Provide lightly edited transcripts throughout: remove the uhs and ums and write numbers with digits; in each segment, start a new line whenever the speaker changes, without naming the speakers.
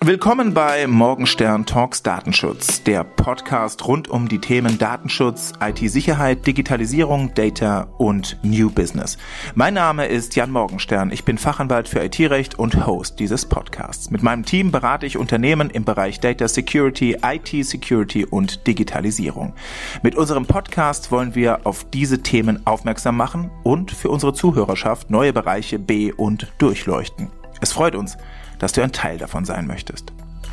Willkommen bei Morgenstern Talks Datenschutz, der Podcast rund um die Themen Datenschutz, IT-Sicherheit, Digitalisierung, Data und New Business. Mein Name ist Jan Morgenstern, ich bin Fachanwalt für IT-Recht und Host dieses Podcasts. Mit meinem Team berate ich Unternehmen im Bereich Data Security, IT-Security und Digitalisierung. Mit unserem Podcast wollen wir auf diese Themen aufmerksam machen und für unsere Zuhörerschaft neue Bereiche be- und durchleuchten. Es freut uns, dass du ein Teil davon sein möchtest.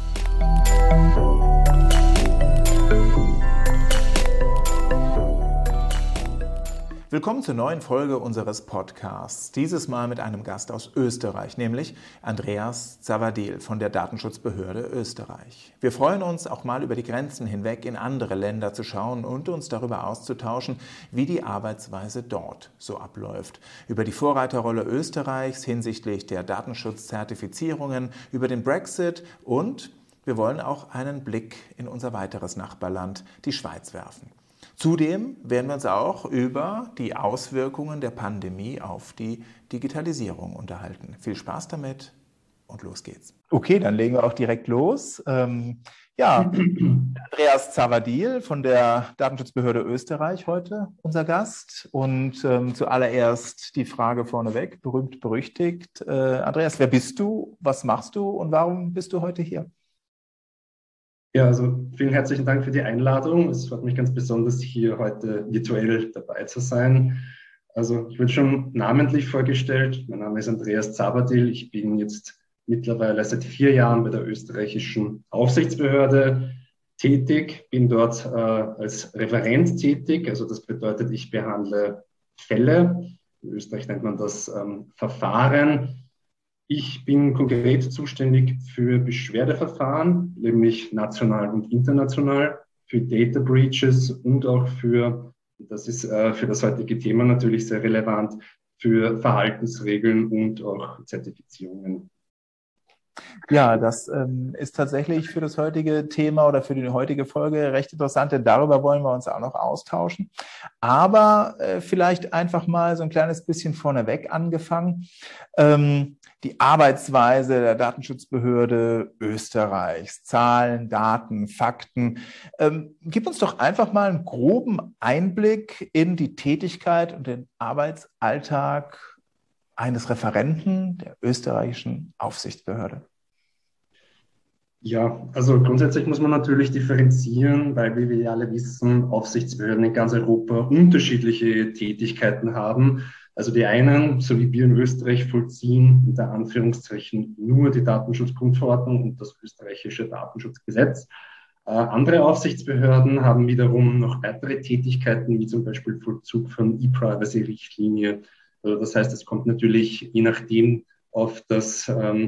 Willkommen zur neuen Folge unseres Podcasts. Dieses Mal mit einem Gast aus Österreich, nämlich Andreas Zavadil von der Datenschutzbehörde Österreich. Wir freuen uns, auch mal über die Grenzen hinweg in andere Länder zu schauen und uns darüber auszutauschen, wie die Arbeitsweise dort so abläuft. Über die Vorreiterrolle Österreichs hinsichtlich der Datenschutzzertifizierungen, über den Brexit und wir wollen auch einen Blick in unser weiteres Nachbarland, die Schweiz, werfen. Zudem werden wir uns auch über die Auswirkungen der Pandemie auf die Digitalisierung unterhalten. Viel Spaß damit und los geht's. Okay, dann legen wir auch direkt los. Andreas Zavadil von der Datenschutzbehörde Österreich heute unser Gast. Und zuallererst die Frage vorneweg, berühmt berüchtigt. Andreas, wer bist du, was machst du und warum bist du heute hier?
Ja, also vielen herzlichen Dank für die Einladung. Es freut mich ganz besonders, hier heute virtuell dabei zu sein. Also ich wurde schon namentlich vorgestellt. Mein Name ist Andreas Zavadil. Ich bin jetzt mittlerweile seit 4 Jahren bei der österreichischen Aufsichtsbehörde tätig, bin dort als Referent tätig. Also das bedeutet, ich behandle Fälle. In Österreich nennt man das Verfahren. Ich bin konkret zuständig für Beschwerdeverfahren, nämlich national und international, für Data Breaches und auch das ist für das heutige Thema natürlich sehr relevant, für Verhaltensregeln und auch Zertifizierungen.
Ja, das ist tatsächlich für das heutige Thema oder für die heutige Folge recht interessant, denn darüber wollen wir uns auch noch austauschen. Aber vielleicht einfach mal so ein kleines bisschen vorneweg angefangen. Die Arbeitsweise der Datenschutzbehörde Österreichs, Zahlen, Daten, Fakten. Gib uns doch einfach mal einen groben Einblick in die Tätigkeit und den Arbeitsalltag eines Referenten der österreichischen Aufsichtsbehörde.
Ja, also grundsätzlich muss man natürlich differenzieren, weil, wie wir ja alle wissen, Aufsichtsbehörden in ganz Europa unterschiedliche Tätigkeiten haben. Also die einen, so wie wir in Österreich, vollziehen unter Anführungszeichen nur die Datenschutzgrundverordnung und das österreichische Datenschutzgesetz. Andere Aufsichtsbehörden haben wiederum noch weitere Tätigkeiten, wie zum Beispiel Vollzug von E-Privacy-Richtlinie. Also das heißt, es kommt natürlich je nachdem auf das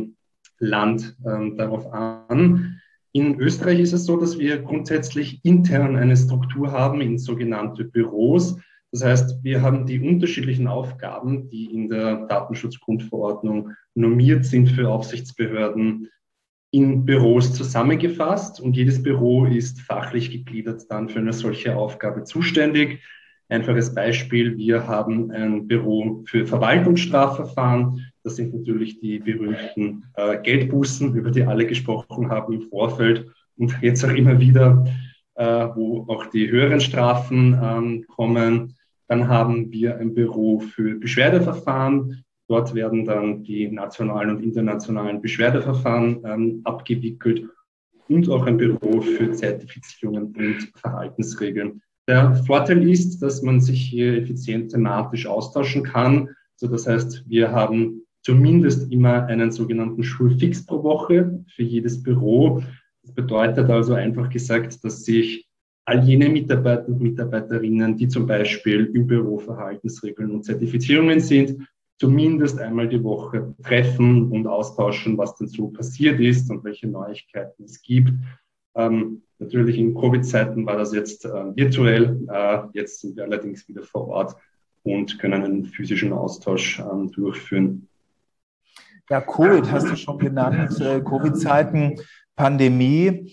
Land darauf an. In Österreich ist es so, dass wir grundsätzlich intern eine Struktur haben in sogenannte Büros. Das heißt, wir haben die unterschiedlichen Aufgaben, die in der Datenschutzgrundverordnung normiert sind für Aufsichtsbehörden, in Büros zusammengefasst und jedes Büro ist fachlich gegliedert dann für eine solche Aufgabe zuständig. Einfaches Beispiel, wir haben ein Büro für Verwaltungsstrafverfahren. Das sind natürlich die berühmten Geldbußen, über die alle gesprochen haben im Vorfeld und jetzt auch immer wieder, wo auch die höheren Strafen kommen. Dann haben wir ein Büro für Beschwerdeverfahren. Dort werden dann die nationalen und internationalen Beschwerdeverfahren abgewickelt und auch ein Büro für Zertifizierungen und Verhaltensregeln. Der Vorteil ist, dass man sich hier effizient thematisch austauschen kann. Also das heißt, wir haben zumindest immer einen sogenannten Schulfix pro Woche für jedes Büro. Das bedeutet also einfach gesagt, dass sich all jene Mitarbeiter und Mitarbeiterinnen, die zum Beispiel im Büro Verhaltensregeln und Zertifizierungen sind, zumindest einmal die Woche treffen und austauschen, was denn so passiert ist und welche Neuigkeiten es gibt. Natürlich in Covid-Zeiten war das jetzt virtuell. Jetzt sind wir allerdings wieder vor Ort und können einen physischen Austausch durchführen.
Ja, Covid hast du schon genannt, Covid-Zeiten, Pandemie.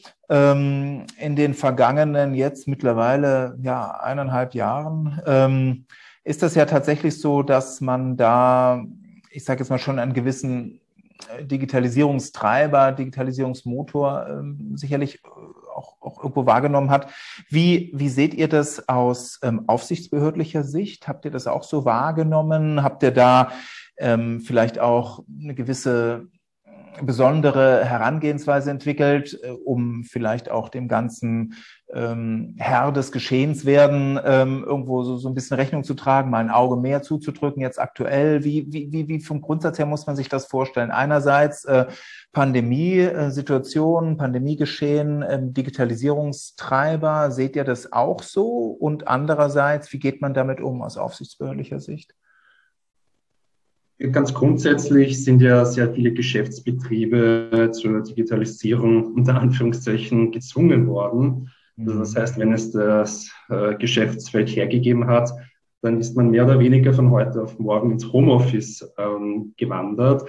In den vergangenen jetzt mittlerweile 1,5 Jahren ist das ja tatsächlich so, dass man da, ich sage jetzt mal, schon einen gewissen Digitalisierungstreiber, Digitalisierungsmotor sicherlich auch irgendwo wahrgenommen hat. Wie seht ihr das aus aufsichtsbehördlicher Sicht? Habt ihr das auch so wahrgenommen? Habt ihr da vielleicht auch eine gewisse besondere Herangehensweise entwickelt, um vielleicht auch dem ganzen Herr des Geschehens werden irgendwo so ein bisschen Rechnung zu tragen, mal ein Auge mehr zuzudrücken, jetzt aktuell? Wie vom Grundsatz her muss man sich das vorstellen? Einerseits Pandemiesituation, Pandemiegeschehen, Digitalisierungstreiber, seht ihr das auch so? Und andererseits, wie geht man damit um aus aufsichtsbehördlicher Sicht?
Ganz grundsätzlich sind ja sehr viele Geschäftsbetriebe zur Digitalisierung unter Anführungszeichen gezwungen worden. Also das heißt, wenn es das Geschäftsfeld hergegeben hat, dann ist man mehr oder weniger von heute auf morgen ins Homeoffice gewandert.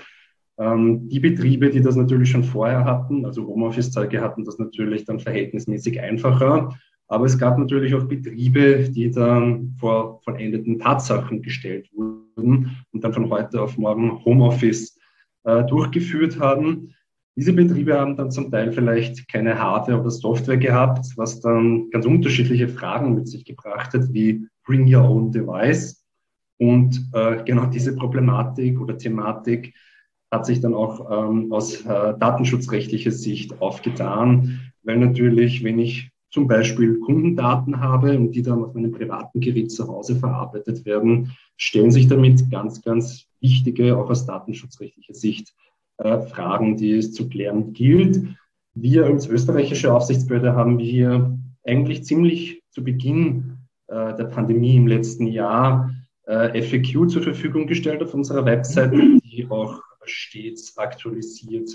Die Betriebe, die das natürlich schon vorher hatten, also Homeoffice-Tage, hatten das natürlich dann verhältnismäßig einfacher. Aber es gab natürlich auch Betriebe, die dann vor vollendeten Tatsachen gestellt wurden und dann von heute auf morgen Homeoffice durchgeführt haben. Diese Betriebe haben dann zum Teil vielleicht keine Hardware oder Software gehabt, was dann ganz unterschiedliche Fragen mit sich gebracht hat, wie Bring Your Own Device. Und genau diese Problematik oder Thematik hat sich dann auch aus datenschutzrechtlicher Sicht aufgetan, weil natürlich, wenn ich zum Beispiel Kundendaten habe und die dann auf meinem privaten Gerät zu Hause verarbeitet werden, stellen sich damit ganz, ganz wichtige, auch aus datenschutzrechtlicher Sicht, Fragen, die es zu klären gilt. Wir als österreichische Aufsichtsbehörde haben hier eigentlich ziemlich zu Beginn der Pandemie im letzten Jahr FAQ zur Verfügung gestellt auf unserer Webseite, die auch stets aktualisiert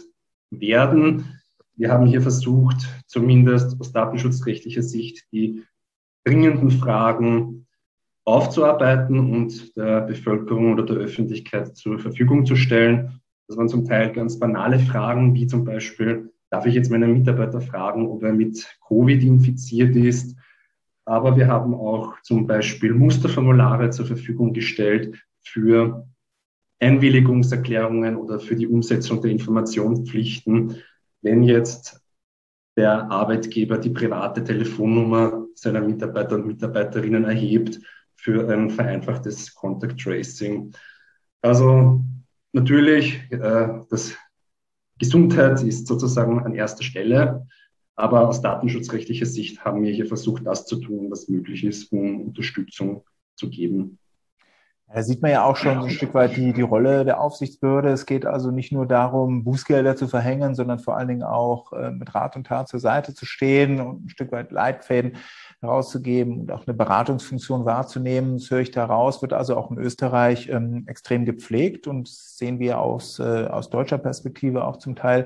werden. Wir haben hier versucht, zumindest aus datenschutzrechtlicher Sicht, die dringenden Fragen aufzuarbeiten und der Bevölkerung oder der Öffentlichkeit zur Verfügung zu stellen. Das waren zum Teil ganz banale Fragen, wie zum Beispiel, darf ich jetzt meinen Mitarbeiter fragen, ob er mit Covid infiziert ist? Aber wir haben auch zum Beispiel Musterformulare zur Verfügung gestellt für Einwilligungserklärungen oder für die Umsetzung der Informationspflichten, wenn jetzt der Arbeitgeber die private Telefonnummer seiner Mitarbeiter und Mitarbeiterinnen erhebt für ein vereinfachtes Contact Tracing. Also natürlich, das Gesundheit ist sozusagen an erster Stelle, aber aus datenschutzrechtlicher Sicht haben wir hier versucht, das zu tun, was möglich ist, um Unterstützung zu geben.
Da sieht man ja auch schon so ein Stück weit die Rolle der Aufsichtsbehörde. Es geht also nicht nur darum, Bußgelder zu verhängen, sondern vor allen Dingen auch mit Rat und Tat zur Seite zu stehen und ein Stück weit Leitfäden herauszugeben und auch eine Beratungsfunktion wahrzunehmen. Das höre ich da raus, wird also auch in Österreich extrem gepflegt und sehen wir aus deutscher Perspektive auch zum Teil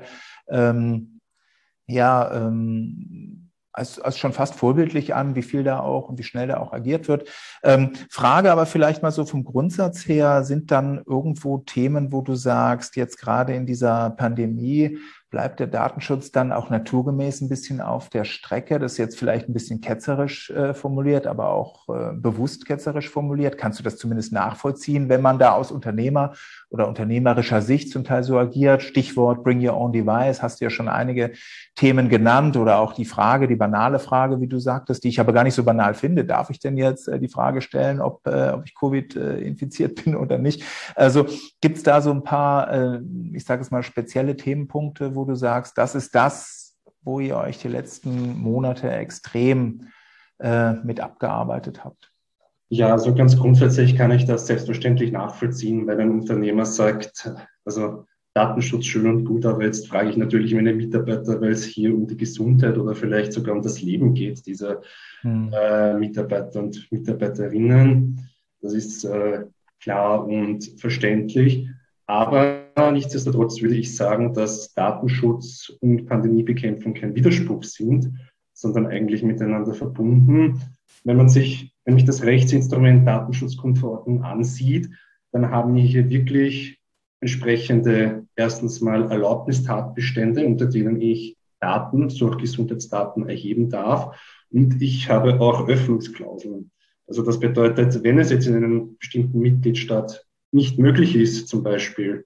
als schon fast vorbildlich an, wie viel da auch und wie schnell da auch agiert wird. Frage aber vielleicht mal so vom Grundsatz her, sind dann irgendwo Themen, wo du sagst, jetzt gerade in dieser Pandemie, bleibt der Datenschutz dann auch naturgemäß ein bisschen auf der Strecke? Das ist jetzt vielleicht ein bisschen ketzerisch formuliert, aber auch bewusst ketzerisch formuliert. Kannst du das zumindest nachvollziehen, wenn man da aus Unternehmer- oder unternehmerischer Sicht zum Teil so agiert? Stichwort Bring Your Own Device, hast du ja schon einige Themen genannt oder auch die Frage, die banale Frage, wie du sagtest, die ich aber gar nicht so banal finde. Darf ich denn jetzt die Frage stellen, ob ich Covid infiziert bin oder nicht? Also gibt es da so ein paar, ich sage es mal, spezielle Themenpunkte, wo du sagst, das ist das, wo ihr euch die letzten Monate extrem mit abgearbeitet habt?
Ja, also ganz grundsätzlich kann ich das selbstverständlich nachvollziehen, wenn ein Unternehmer sagt, also Datenschutz schön und gut, aber jetzt frage ich natürlich meine Mitarbeiter, weil es hier um die Gesundheit oder vielleicht sogar um das Leben geht, dieser Mitarbeiter und Mitarbeiterinnen. Das ist klar und verständlich. Aber nichtsdestotrotz würde ich sagen, dass Datenschutz und Pandemiebekämpfung kein Widerspruch sind, sondern eigentlich miteinander verbunden. Wenn man sich das Rechtsinstrument Datenschutzgrundverordnung ansieht, dann haben wir hier wirklich entsprechende, erstens mal Erlaubnistatbestände, unter denen ich Daten, so auch Gesundheitsdaten erheben darf. Und ich habe auch Öffnungsklauseln. Also das bedeutet, wenn es jetzt in einem bestimmten Mitgliedstaat nicht möglich ist, zum Beispiel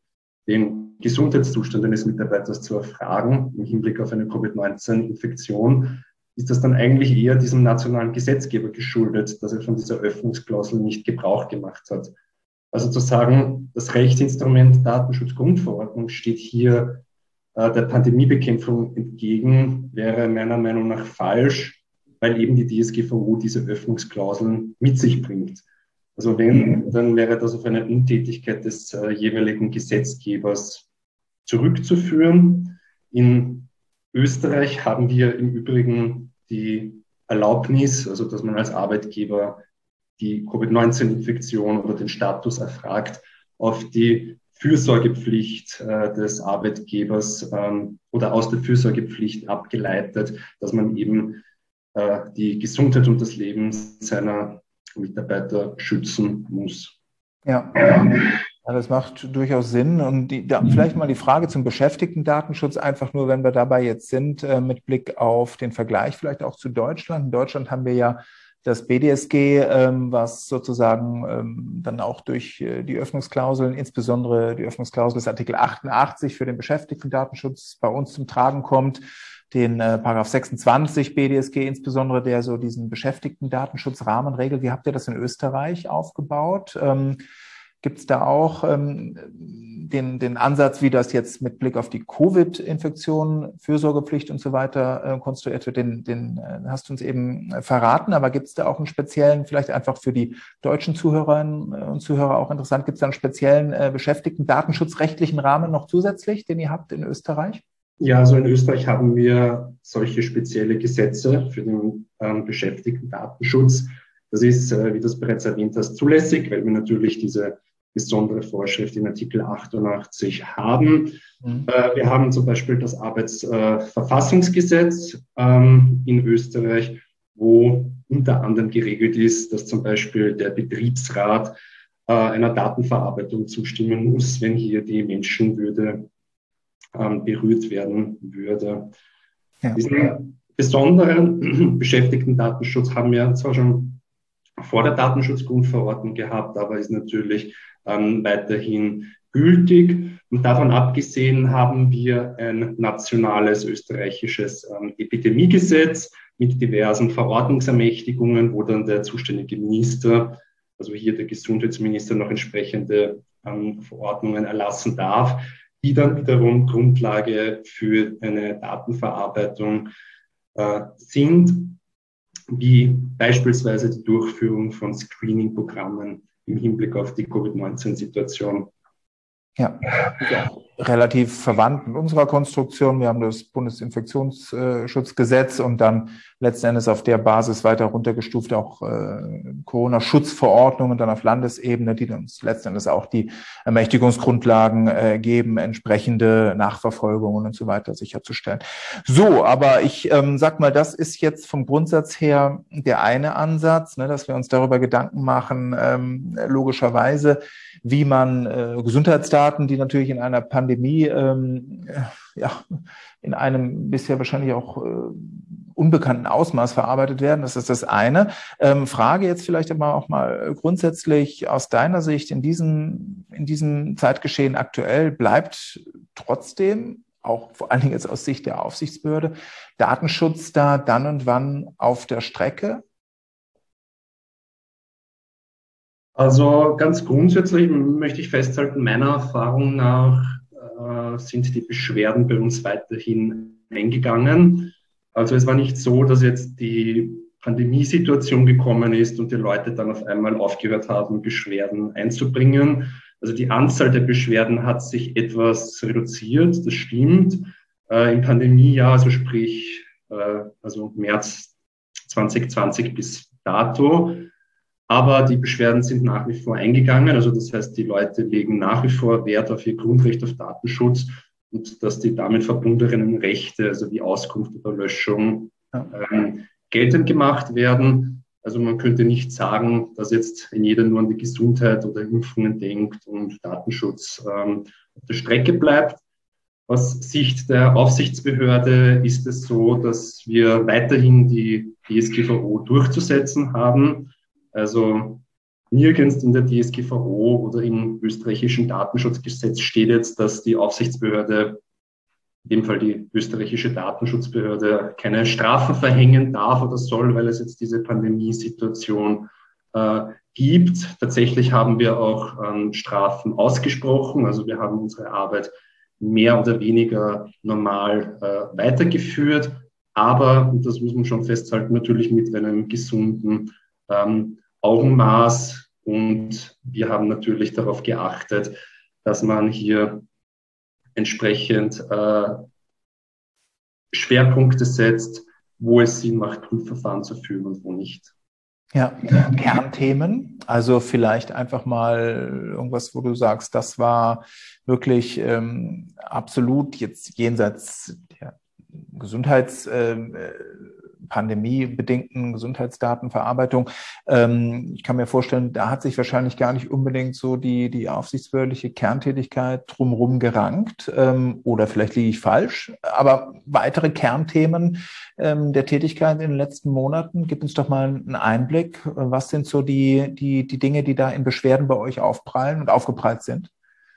den Gesundheitszustand eines Mitarbeiters zu erfragen im Hinblick auf eine Covid-19-Infektion, ist das dann eigentlich eher diesem nationalen Gesetzgeber geschuldet, dass er von dieser Öffnungsklausel nicht Gebrauch gemacht hat. Also zu sagen, das Rechtsinstrument Datenschutzgrundverordnung steht hier der Pandemiebekämpfung entgegen, wäre meiner Meinung nach falsch, weil eben die DSGVO diese Öffnungsklauseln mit sich bringt. Also wenn, dann wäre das auf eine Untätigkeit des jeweiligen Gesetzgebers zurückzuführen. In Österreich haben wir im Übrigen die Erlaubnis, also dass man als Arbeitgeber die Covid-19-Infektion oder den Status erfragt, auf die Fürsorgepflicht des Arbeitgebers oder aus der Fürsorgepflicht abgeleitet, dass man eben die Gesundheit und das Leben seiner Mitarbeiter schützen muss.
Ja. Ja, das macht durchaus Sinn. Und vielleicht mal die Frage zum Beschäftigtendatenschutz, einfach nur, wenn wir dabei jetzt sind, mit Blick auf den Vergleich vielleicht auch zu Deutschland. In Deutschland haben wir ja das BDSG, was sozusagen dann auch durch die Öffnungsklauseln, insbesondere die Öffnungsklausel des Artikel 88 für den Beschäftigtendatenschutz bei uns zum Tragen kommt, den Paragraph 26 BDSG insbesondere, der so diesen Beschäftigtenddatenschutzrahmen regelt. Wie habt ihr das in Österreich aufgebaut? Gibt es da auch den Ansatz, wie das jetzt mit Blick auf die Covid-Infektion, Fürsorgepflicht und so weiter konstruiert wird? Den hast du uns eben verraten, aber gibt es da auch einen speziellen, vielleicht einfach für die deutschen Zuhörerinnen und Zuhörer auch interessant, gibt es da einen speziellen Beschäftigten-datenschutzrechtlichen Rahmen noch zusätzlich, den ihr habt in Österreich?
Ja, also in Österreich haben wir solche spezielle Gesetze für den Beschäftigten-Datenschutz. Das ist, wie du es bereits erwähnt hast, zulässig, weil wir natürlich diese besondere Vorschrift in Artikel 88 haben. Wir haben zum Beispiel das Arbeitsverfassungsgesetz in Österreich, wo unter anderem geregelt ist, dass zum Beispiel der Betriebsrat einer Datenverarbeitung zustimmen muss, wenn hier die Menschenwürde berührt werden würde. Ja. Diesen besonderen Beschäftigten-Datenschutz haben wir zwar schon vor der Datenschutzgrundverordnung gehabt, aber ist natürlich weiterhin gültig. Und davon abgesehen haben wir ein nationales österreichisches Epidemiegesetz mit diversen Verordnungsermächtigungen, wo dann der zuständige Minister, also hier der Gesundheitsminister, noch entsprechende Verordnungen erlassen darf, die dann wiederum Grundlage für eine Datenverarbeitung sind, wie beispielsweise die Durchführung von Screening-Programmen im Hinblick auf die Covid-19-Situation.
Ja, relativ verwandt mit unserer Konstruktion. Wir haben das Bundesinfektionsschutzgesetz und dann letzten Endes auf der Basis weiter runtergestuft auch Corona-Schutzverordnungen dann auf Landesebene, die uns letzten Endes auch die Ermächtigungsgrundlagen geben, entsprechende Nachverfolgungen und so weiter sicherzustellen. So, aber ich sag mal, das ist jetzt vom Grundsatz her der eine Ansatz, ne, dass wir uns darüber Gedanken machen, logischerweise, wie man Gesundheitsdaten, die natürlich in einer Pandemie in einem bisher wahrscheinlich auch unbekannten Ausmaß verarbeitet werden. Das ist das eine. Frage jetzt vielleicht aber auch mal grundsätzlich aus deiner Sicht in diesem Zeitgeschehen aktuell, bleibt trotzdem, auch vor allen Dingen jetzt aus Sicht der Aufsichtsbehörde, Datenschutz da dann und wann auf der Strecke?
Also ganz grundsätzlich möchte ich festhalten, meiner Erfahrung nach sind die Beschwerden bei uns weiterhin eingegangen. Also es war nicht so, dass jetzt die Pandemiesituation gekommen ist und die Leute dann auf einmal aufgehört haben, Beschwerden einzubringen. Also die Anzahl der Beschwerden hat sich etwas reduziert, das stimmt. Im Pandemiejahr, also sprich also März 2020 bis dato. Aber die Beschwerden sind nach wie vor eingegangen. Also das heißt, die Leute legen nach wie vor Wert auf ihr Grundrecht auf Datenschutz und dass die damit verbundenen Rechte, also wie Auskunft oder Löschung, geltend gemacht werden. Also man könnte nicht sagen, dass jetzt jeder nur an die Gesundheit oder Impfungen denkt und Datenschutz auf der Strecke bleibt. Aus Sicht der Aufsichtsbehörde ist es so, dass wir weiterhin die DSGVO durchzusetzen haben. Also nirgends in der DSGVO oder im österreichischen Datenschutzgesetz steht jetzt, dass die Aufsichtsbehörde, in dem Fall die österreichische Datenschutzbehörde, keine Strafen verhängen darf oder soll, weil es jetzt diese Pandemiesituation gibt. Tatsächlich haben wir auch Strafen ausgesprochen. Also wir haben unsere Arbeit mehr oder weniger normal weitergeführt. Aber, und das muss man schon festhalten, natürlich mit einem gesunden Augenmaß. Und wir haben natürlich darauf geachtet, dass man hier entsprechend Schwerpunkte setzt, wo es Sinn macht, Prüfverfahren zu führen und wo nicht.
Ja, Kernthemen, also vielleicht einfach mal irgendwas, wo du sagst, das war wirklich absolut jetzt jenseits der pandemiebedingten Gesundheitsdatenverarbeitung. Ich kann mir vorstellen, da hat sich wahrscheinlich gar nicht unbedingt so die aufsichtsbehördliche Kerntätigkeit drumherum gerankt. Oder vielleicht liege ich falsch. Aber weitere Kernthemen der Tätigkeit in den letzten Monaten, gib uns doch mal einen Einblick. Was sind so die Dinge, die da in Beschwerden bei euch aufprallen und aufgeprallt sind?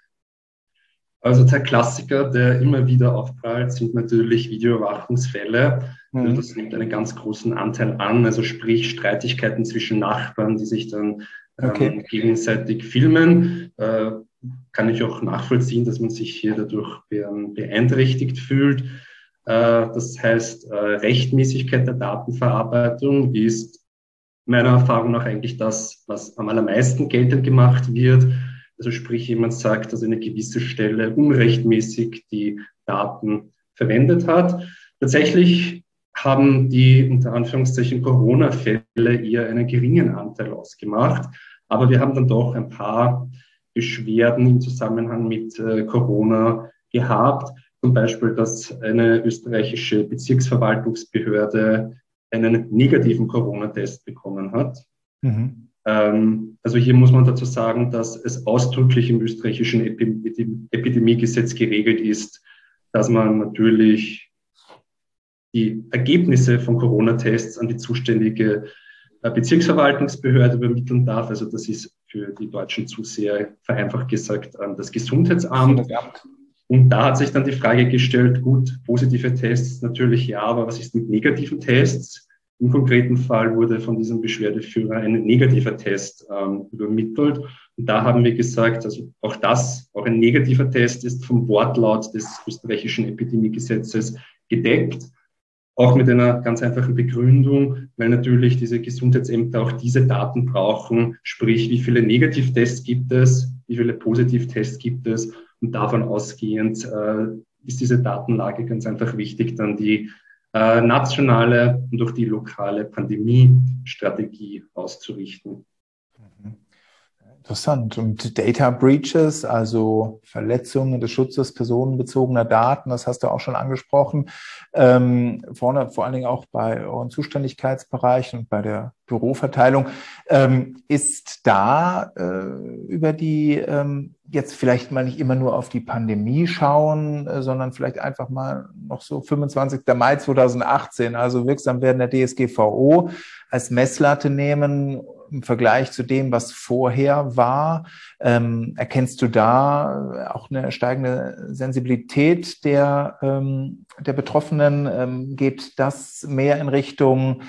Also der Klassiker, der immer wieder aufprallt, sind natürlich Videoüberwachungsfälle. Also das nimmt einen ganz großen Anteil an, also sprich Streitigkeiten zwischen Nachbarn, die sich dann gegenseitig filmen. Kann ich auch nachvollziehen, dass man sich hier dadurch beeinträchtigt fühlt. Das heißt, Rechtmäßigkeit der Datenverarbeitung ist meiner Erfahrung nach eigentlich das, was am allermeisten geltend gemacht wird. Also sprich, jemand sagt, dass eine gewisse Stelle unrechtmäßig die Daten verwendet hat. Tatsächlich haben die unter Anführungszeichen Corona-Fälle eher einen geringen Anteil ausgemacht. Aber wir haben dann doch ein paar Beschwerden im Zusammenhang mit Corona gehabt. Zum Beispiel, dass eine österreichische Bezirksverwaltungsbehörde einen negativen Corona-Test bekommen hat. Mhm. Also hier muss man dazu sagen, dass es ausdrücklich im österreichischen Epidemiegesetz geregelt ist, dass man natürlich die Ergebnisse von Corona-Tests an die zuständige Bezirksverwaltungsbehörde übermitteln darf. Also das ist für die deutschen Zuseher vereinfacht gesagt das Gesundheitsamt. Und da hat sich dann die Frage gestellt, gut, positive Tests natürlich ja, aber was ist mit negativen Tests? Im konkreten Fall wurde von diesem Beschwerdeführer ein negativer Test übermittelt. Und da haben wir gesagt, also auch ein negativer Test ist vom Wortlaut des österreichischen Epidemiegesetzes gedeckt. Auch mit einer ganz einfachen Begründung, weil natürlich diese Gesundheitsämter auch diese Daten brauchen, sprich, wie viele Negativtests gibt es, wie viele Positivtests gibt es. Und davon ausgehend ist diese Datenlage ganz einfach wichtig, dann die nationale und auch die lokale Pandemiestrategie auszurichten.
Interessant. Und Data Breaches, also Verletzungen des Schutzes personenbezogener Daten, das hast du auch schon angesprochen, vor allen Dingen auch bei euren Zuständigkeitsbereichen und bei der Büroverteilung, ist da über die jetzt vielleicht mal nicht immer nur auf die Pandemie schauen, sondern vielleicht einfach mal noch so 25. Mai 2018, also wirksam werden der DSGVO als Messlatte nehmen im Vergleich zu dem, was vorher war. Erkennst du da auch eine steigende Sensibilität der Betroffenen? Geht das mehr in Richtung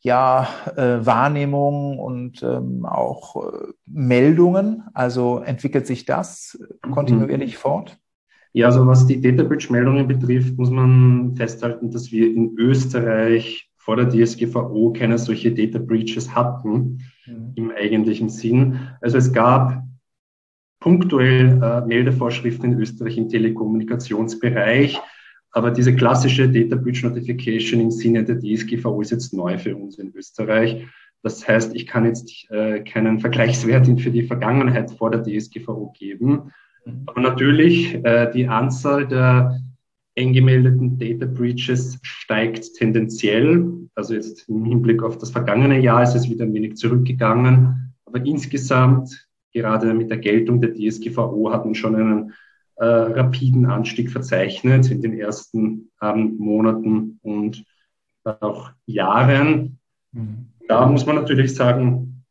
Wahrnehmung und auch Meldungen? Also entwickelt sich das kontinuierlich fort?
Ja, also was die Data Breach-Meldungen betrifft, muss man festhalten, dass wir in Österreich vor der DSGVO keine solche Data Breaches hatten, im eigentlichen Sinn. Also es gab punktuell Meldevorschriften in Österreich im Telekommunikationsbereich, aber diese klassische Data Breach Notification im Sinne der DSGVO ist jetzt neu für uns in Österreich. Das heißt, ich kann jetzt keinen Vergleichswert für die Vergangenheit vor der DSGVO geben. Aber natürlich, die Anzahl der eng gemeldeten Data Breaches steigt tendenziell. Also jetzt im Hinblick auf das vergangene Jahr ist es wieder ein wenig zurückgegangen. Aber insgesamt, gerade mit der Geltung der DSGVO, hat man schon einen rapiden Anstieg verzeichnet in den ersten Monaten und auch Jahren. Da muss man natürlich sagen,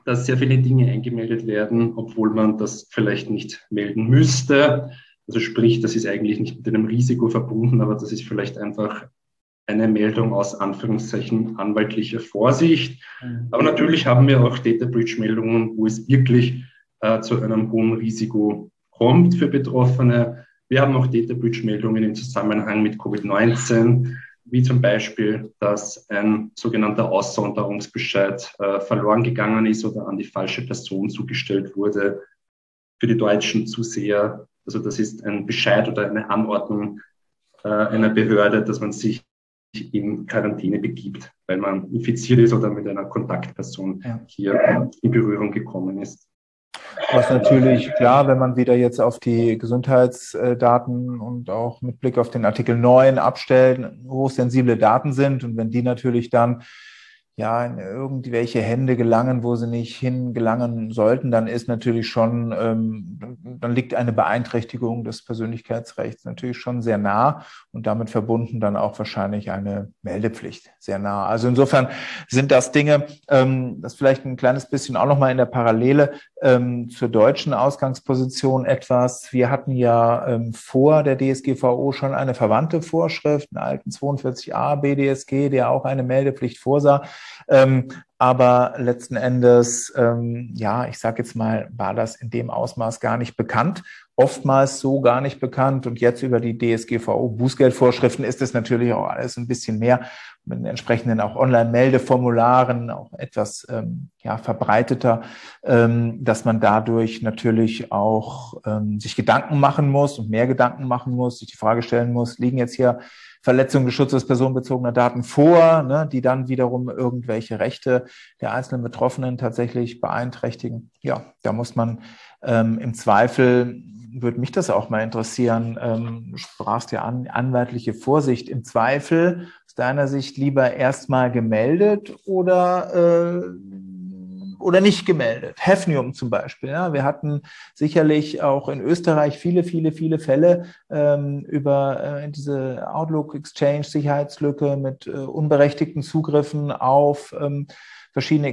dass sehr viele Dinge eingemeldet werden, obwohl man das vielleicht nicht melden müsste. Also sprich, das ist eigentlich nicht mit einem Risiko verbunden, aber das ist vielleicht einfach eine Meldung aus Anführungszeichen anwaltlicher Vorsicht. Aber natürlich haben wir auch Data Breach Meldungen, wo es wirklich zu einem hohen Risiko kommt für Betroffene. Wir haben auch Data Breach Meldungen im Zusammenhang mit Covid-19, wie zum Beispiel, dass ein sogenannter Aussonderungsbescheid verloren gegangen ist oder an die falsche Person zugestellt wurde. Für die deutschen Zuseher, also das ist ein Bescheid oder eine Anordnung einer Behörde, dass man sich in Quarantäne begibt, weil man infiziert ist oder mit einer Kontaktperson hier in Berührung gekommen ist.
Was natürlich klar, wenn man wieder jetzt auf die Gesundheitsdaten und auch mit Blick auf den Artikel 9 abstellt, hochsensible Daten sind und wenn die natürlich dann ja in irgendwelche Hände gelangen, wo sie nicht hingelangen sollten, dann ist natürlich schon, dann liegt eine Beeinträchtigung des Persönlichkeitsrechts natürlich schon sehr nah und damit verbunden dann auch wahrscheinlich eine Meldepflicht sehr nah. Also insofern sind das Dinge, das vielleicht ein kleines bisschen auch nochmal in der Parallele zur deutschen Ausgangsposition etwas. Wir hatten ja vor der DSGVO schon eine verwandte Vorschrift, einen alten 42a BDSG, der auch eine Meldepflicht vorsah. Aber letzten Endes, ja, ich sage jetzt mal, war das in dem Ausmaß gar nicht bekannt, oftmals so gar nicht bekannt. Und jetzt über die DSGVO-Bußgeldvorschriften ist es natürlich auch alles ein bisschen mehr mit den entsprechenden auch Online-Meldeformularen, auch etwas ja, verbreiteter, dass man dadurch natürlich auch sich Gedanken machen muss und mehr Gedanken machen muss, sich die Frage stellen muss, liegen jetzt hier Verletzung des Schutzes personenbezogener Daten vor, ne, die dann wiederum irgendwelche Rechte der einzelnen Betroffenen tatsächlich beeinträchtigen. Ja, da muss man im Zweifel, würde mich das auch mal interessieren, du sprachst ja an, anwaltliche Vorsicht, im Zweifel aus deiner Sicht lieber erstmal gemeldet oder nicht gemeldet. Hafnium zum Beispiel. Ja. Wir hatten sicherlich auch in Österreich viele Fälle über diese Outlook-Exchange-Sicherheitslücke mit unberechtigten Zugriffen auf verschiedene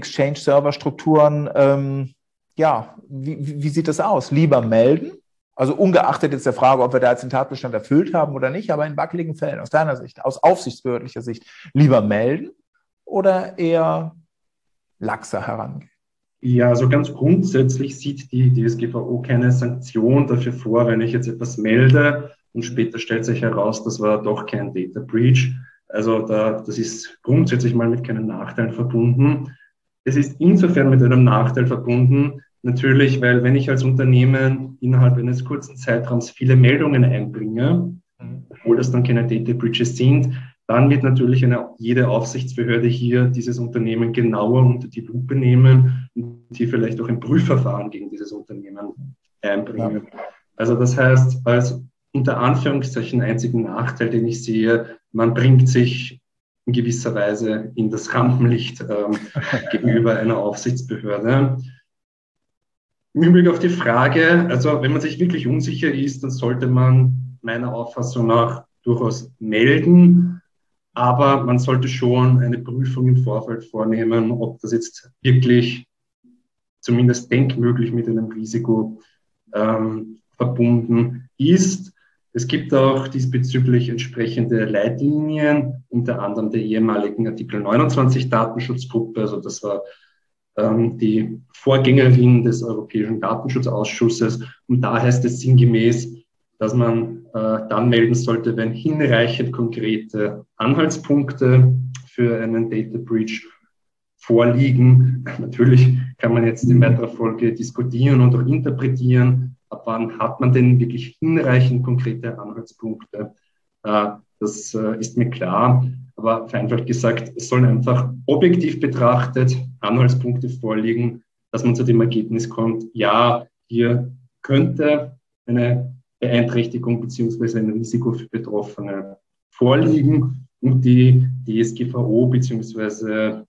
Exchange-Server-Strukturen. Ja, wie sieht das aus? Lieber melden? Also ungeachtet jetzt der Frage, ob wir da jetzt den Tatbestand erfüllt haben oder nicht, aber in wackeligen Fällen aus deiner Sicht, aus aufsichtsbehördlicher Sicht, lieber melden oder eher laxer herangehen?
Ja, also ganz grundsätzlich sieht die DSGVO keine Sanktion dafür vor, wenn ich jetzt etwas melde und später stellt sich heraus, das war doch kein Data Breach. Also das ist grundsätzlich mal mit keinen Nachteilen verbunden. Es ist insofern mit einem Nachteil verbunden, natürlich, weil wenn ich als Unternehmen innerhalb eines kurzen Zeitraums viele Meldungen einbringe, obwohl das dann keine Data Breaches sind, dann wird natürlich jede Aufsichtsbehörde hier dieses Unternehmen genauer unter die Lupe nehmen und hier vielleicht auch ein Prüfverfahren gegen dieses Unternehmen einbringen. Ja. Also das heißt, als unter Anführungszeichen einzigen Nachteil, den ich sehe, man bringt sich in gewisser Weise in das Rampenlicht gegenüber einer Aufsichtsbehörde. Im Hinblick auf die Frage, also wenn man sich wirklich unsicher ist, dann sollte man meiner Auffassung nach durchaus melden. Aber man sollte schon eine Prüfung im Vorfeld vornehmen, ob das jetzt wirklich zumindest denkmöglich mit einem Risiko verbunden ist. Es gibt auch diesbezüglich entsprechende Leitlinien, unter anderem der ehemaligen Artikel 29 Datenschutzgruppe. Also das war die Vorgängerin des Europäischen Datenschutzausschusses. Und da heißt es sinngemäß, dass man dann melden sollte, wenn hinreichend konkrete Anhaltspunkte für einen Data Breach vorliegen. Natürlich kann man jetzt in weiterer Folge diskutieren und auch interpretieren, ab wann hat man denn wirklich hinreichend konkrete Anhaltspunkte. Das ist mir klar, aber vereinfacht gesagt, es sollen einfach objektiv betrachtet Anhaltspunkte vorliegen, dass man zu dem Ergebnis kommt, ja, hier könnte eine Beeinträchtigung bzw. ein Risiko für Betroffene vorliegen und die DSGVO bzw.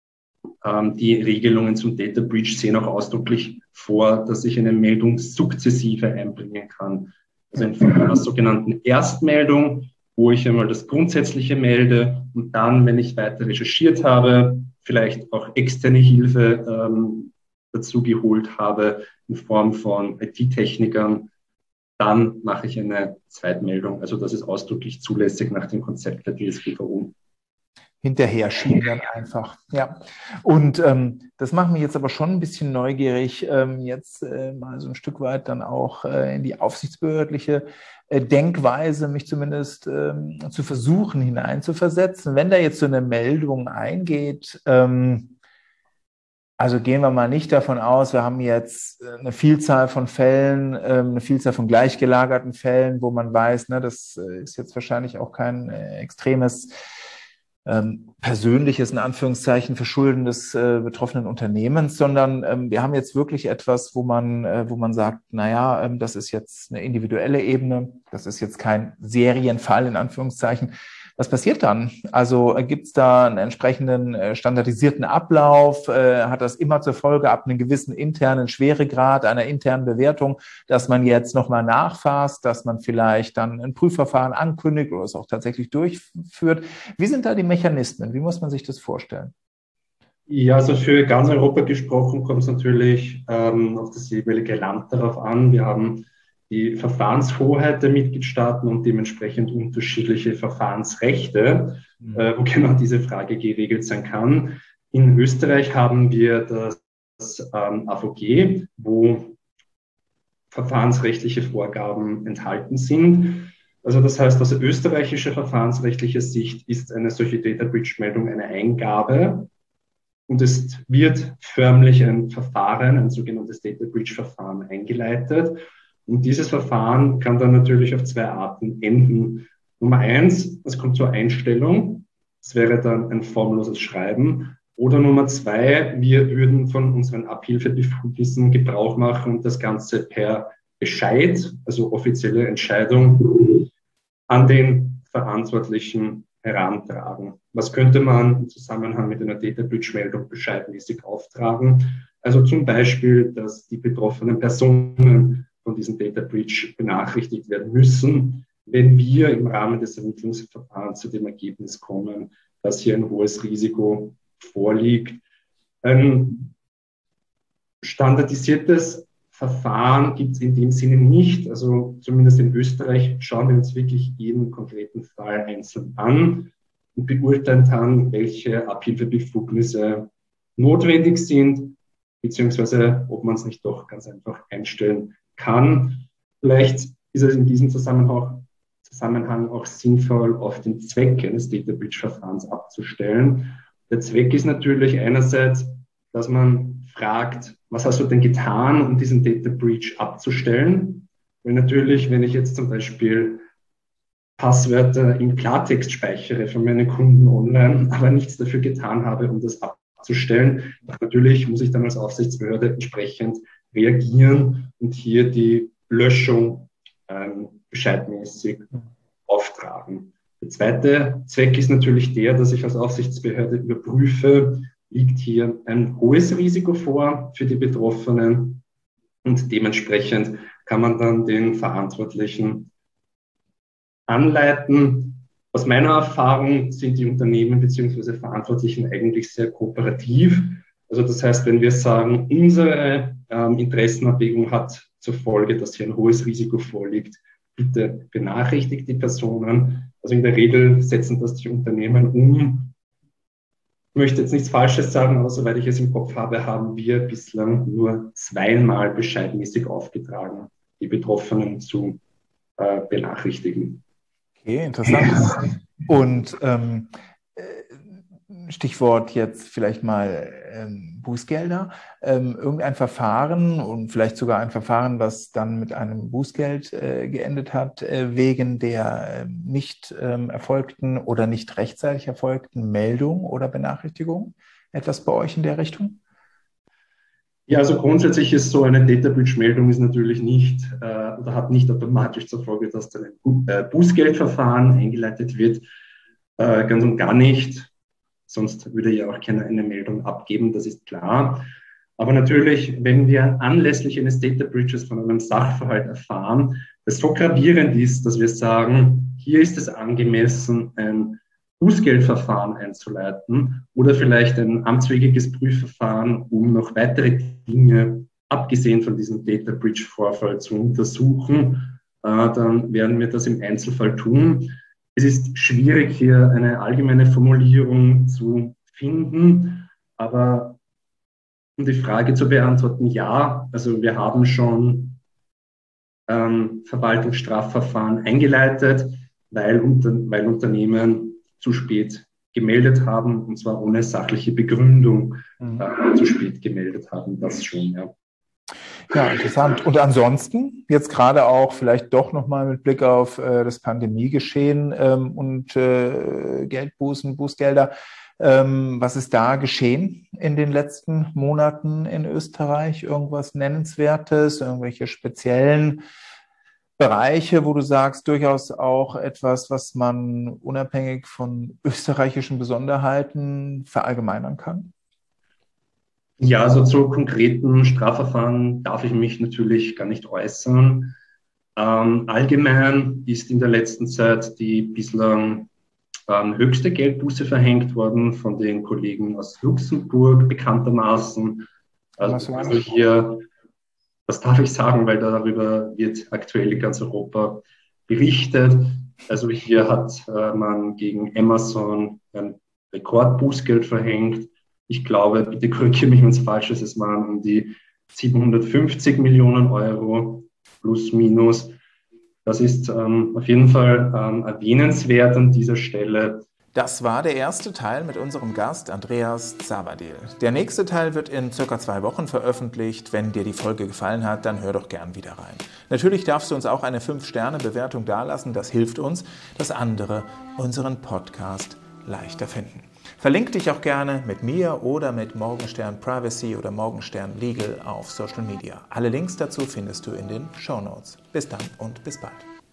Die Regelungen zum Data Breach sehen auch ausdrücklich vor, dass ich eine Meldung sukzessive einbringen kann. Also in Form einer sogenannten Erstmeldung, wo ich einmal das Grundsätzliche melde und dann, wenn ich weiter recherchiert habe, vielleicht auch externe Hilfe dazu geholt habe in Form von IT-Technikern, dann mache ich eine Zweitmeldung. Also das ist ausdrücklich zulässig nach dem Konzept der DSGVO.
Hinterher schieben dann einfach. Ja. Und das macht mich jetzt aber schon ein bisschen neugierig, jetzt mal so ein Stück weit dann auch in die aufsichtsbehördliche Denkweise, mich zumindest zu versuchen hineinzuversetzen. Wenn da jetzt so eine Meldung eingeht, also gehen wir mal nicht davon aus, wir haben jetzt eine Vielzahl von Fällen, eine Vielzahl von gleichgelagerten Fällen, wo man weiß, ne, das ist jetzt wahrscheinlich auch kein extremes persönliches, in Anführungszeichen, Verschulden des betroffenen Unternehmens, sondern wir haben jetzt wirklich etwas, wo man sagt, naja, das ist jetzt eine individuelle Ebene, das ist jetzt kein Serienfall, in Anführungszeichen. Was passiert dann? Also gibt es da einen entsprechenden standardisierten Ablauf? Hat das immer zur Folge ab einem gewissen internen Schweregrad, einer internen Bewertung, dass man jetzt nochmal nachfasst, dass man vielleicht dann ein Prüfverfahren ankündigt oder es auch tatsächlich durchführt? Wie sind da die Mechanismen? Wie muss man sich das vorstellen?
Ja, also für ganz Europa gesprochen kommt es natürlich auf das jeweilige Land darauf an. Wir haben die Verfahrenshoheit der Mitgliedstaaten und dementsprechend unterschiedliche Verfahrensrechte, wo genau diese Frage geregelt sein kann. In Österreich haben wir das AVG, wo verfahrensrechtliche Vorgaben enthalten sind. Also das heißt, aus österreichischer verfahrensrechtlicher Sicht ist eine solche Data Breach Meldung eine Eingabe und es wird förmlich ein Verfahren, ein sogenanntes Data Breach Verfahren eingeleitet. Und dieses Verfahren kann dann natürlich auf zwei Arten enden. Nummer eins, es kommt zur Einstellung. Das wäre dann ein formloses Schreiben. Oder Nummer zwei, wir würden von unseren Abhilfebefugnissen Gebrauch machen und das Ganze per Bescheid, also offizielle Entscheidung, an den Verantwortlichen herantragen. Was könnte man im Zusammenhang mit einer Data Breach Meldung bescheidmäßig auftragen? Also zum Beispiel, dass die betroffenen Personen von diesem Data Breach benachrichtigt werden müssen, wenn wir im Rahmen des Ermittlungsverfahrens zu dem Ergebnis kommen, dass hier ein hohes Risiko vorliegt. Ein standardisiertes Verfahren gibt es in dem Sinne nicht. Also zumindest in Österreich schauen wir uns wirklich jeden konkreten Fall einzeln an und beurteilen dann, welche Abhilfebefugnisse notwendig sind, beziehungsweise ob man es nicht doch ganz einfach einstellen kann. Vielleicht ist es in diesem Zusammenhang auch sinnvoll, auf den Zweck eines Data Breach Verfahrens abzustellen. Der Zweck ist natürlich einerseits, dass man fragt, was hast du denn getan, um diesen Data Breach abzustellen? Weil natürlich, wenn ich jetzt zum Beispiel Passwörter in Klartext speichere für meine Kunden online, aber nichts dafür getan habe, um das abzustellen, natürlich muss ich dann als Aufsichtsbehörde entsprechend reagieren und hier die Löschung bescheidmäßig auftragen. Der zweite Zweck ist natürlich der, dass ich als Aufsichtsbehörde überprüfe, liegt hier ein hohes Risiko vor für die Betroffenen und dementsprechend kann man dann den Verantwortlichen anleiten. Aus meiner Erfahrung sind die Unternehmen bzw. Verantwortlichen eigentlich sehr kooperativ. Also das heißt, wenn wir sagen, unsere Interessenabwägung hat zur Folge, dass hier ein hohes Risiko vorliegt, bitte benachrichtigt die Personen. Also in der Regel setzen das die Unternehmen um. Ich möchte jetzt nichts Falsches sagen, aber soweit ich es im Kopf habe, haben wir bislang nur zweimal bescheidmäßig aufgetragen, die Betroffenen zu benachrichtigen.
Okay, interessant. Und Stichwort jetzt vielleicht mal Bußgelder. Irgendein Verfahren und vielleicht sogar ein Verfahren, was dann mit einem Bußgeld geendet hat, wegen der nicht erfolgten oder nicht rechtzeitig erfolgten Meldung oder Benachrichtigung? Etwas bei euch in der Richtung?
Ja, also grundsätzlich ist so eine Data Breach Meldung ist natürlich nicht oder hat nicht automatisch zur Folge, dass dann ein Bußgeldverfahren eingeleitet wird. Ganz und gar nicht. Sonst würde ja auch keiner eine Meldung abgeben, das ist klar. Aber natürlich, wenn wir anlässlich eines Data Breaches von einem Sachverhalt erfahren, das so gravierend ist, dass wir sagen, hier ist es angemessen, ein Bußgeldverfahren einzuleiten oder vielleicht ein amtswidriges Prüfverfahren, um noch weitere Dinge, abgesehen von diesem Data Breach Vorfall, zu untersuchen, dann werden wir das im Einzelfall tun. Es ist schwierig, hier eine allgemeine Formulierung zu finden, aber um die Frage zu beantworten, ja, also wir haben schon Verwaltungsstrafverfahren eingeleitet, weil Unternehmen zu spät gemeldet haben, und zwar ohne sachliche Begründung zu spät gemeldet haben. Das schon, ja.
Ja, interessant. Und ansonsten, jetzt gerade auch vielleicht doch nochmal mit Blick auf das Pandemiegeschehen und Geldbußen, Bußgelder, was ist da geschehen in den letzten Monaten in Österreich? Irgendwas Nennenswertes, irgendwelche speziellen Bereiche, wo du sagst, durchaus auch etwas, was man unabhängig von österreichischen Besonderheiten verallgemeinern kann?
Ja, also zu konkreten Strafverfahren darf ich mich natürlich gar nicht äußern. Allgemein ist in der letzten Zeit die bislang höchste Geldbuße verhängt worden von den Kollegen aus Luxemburg, bekanntermaßen. Also hier, das darf ich sagen, weil darüber wird aktuell in ganz Europa berichtet. Also hier hat man gegen Amazon ein Rekordbußgeld verhängt. Ich glaube, bitte korrigiere mich, wenn es falsch ist, es waren um die 750 Millionen Euro plus minus. Das ist auf jeden Fall erwähnenswert an dieser Stelle.
Das war der erste Teil mit unserem Gast Andreas Zavadil. Der nächste Teil wird in circa 2 Wochen veröffentlicht. Wenn dir die Folge gefallen hat, dann hör doch gern wieder rein. Natürlich darfst du uns auch eine 5-Sterne-Bewertung dalassen. Das hilft uns, dass andere unseren Podcast leichter finden. Verlink dich auch gerne mit mir oder mit Morgenstern Privacy oder Morgenstern Legal auf Social Media. Alle Links dazu findest du in den Shownotes. Bis dann und bis bald.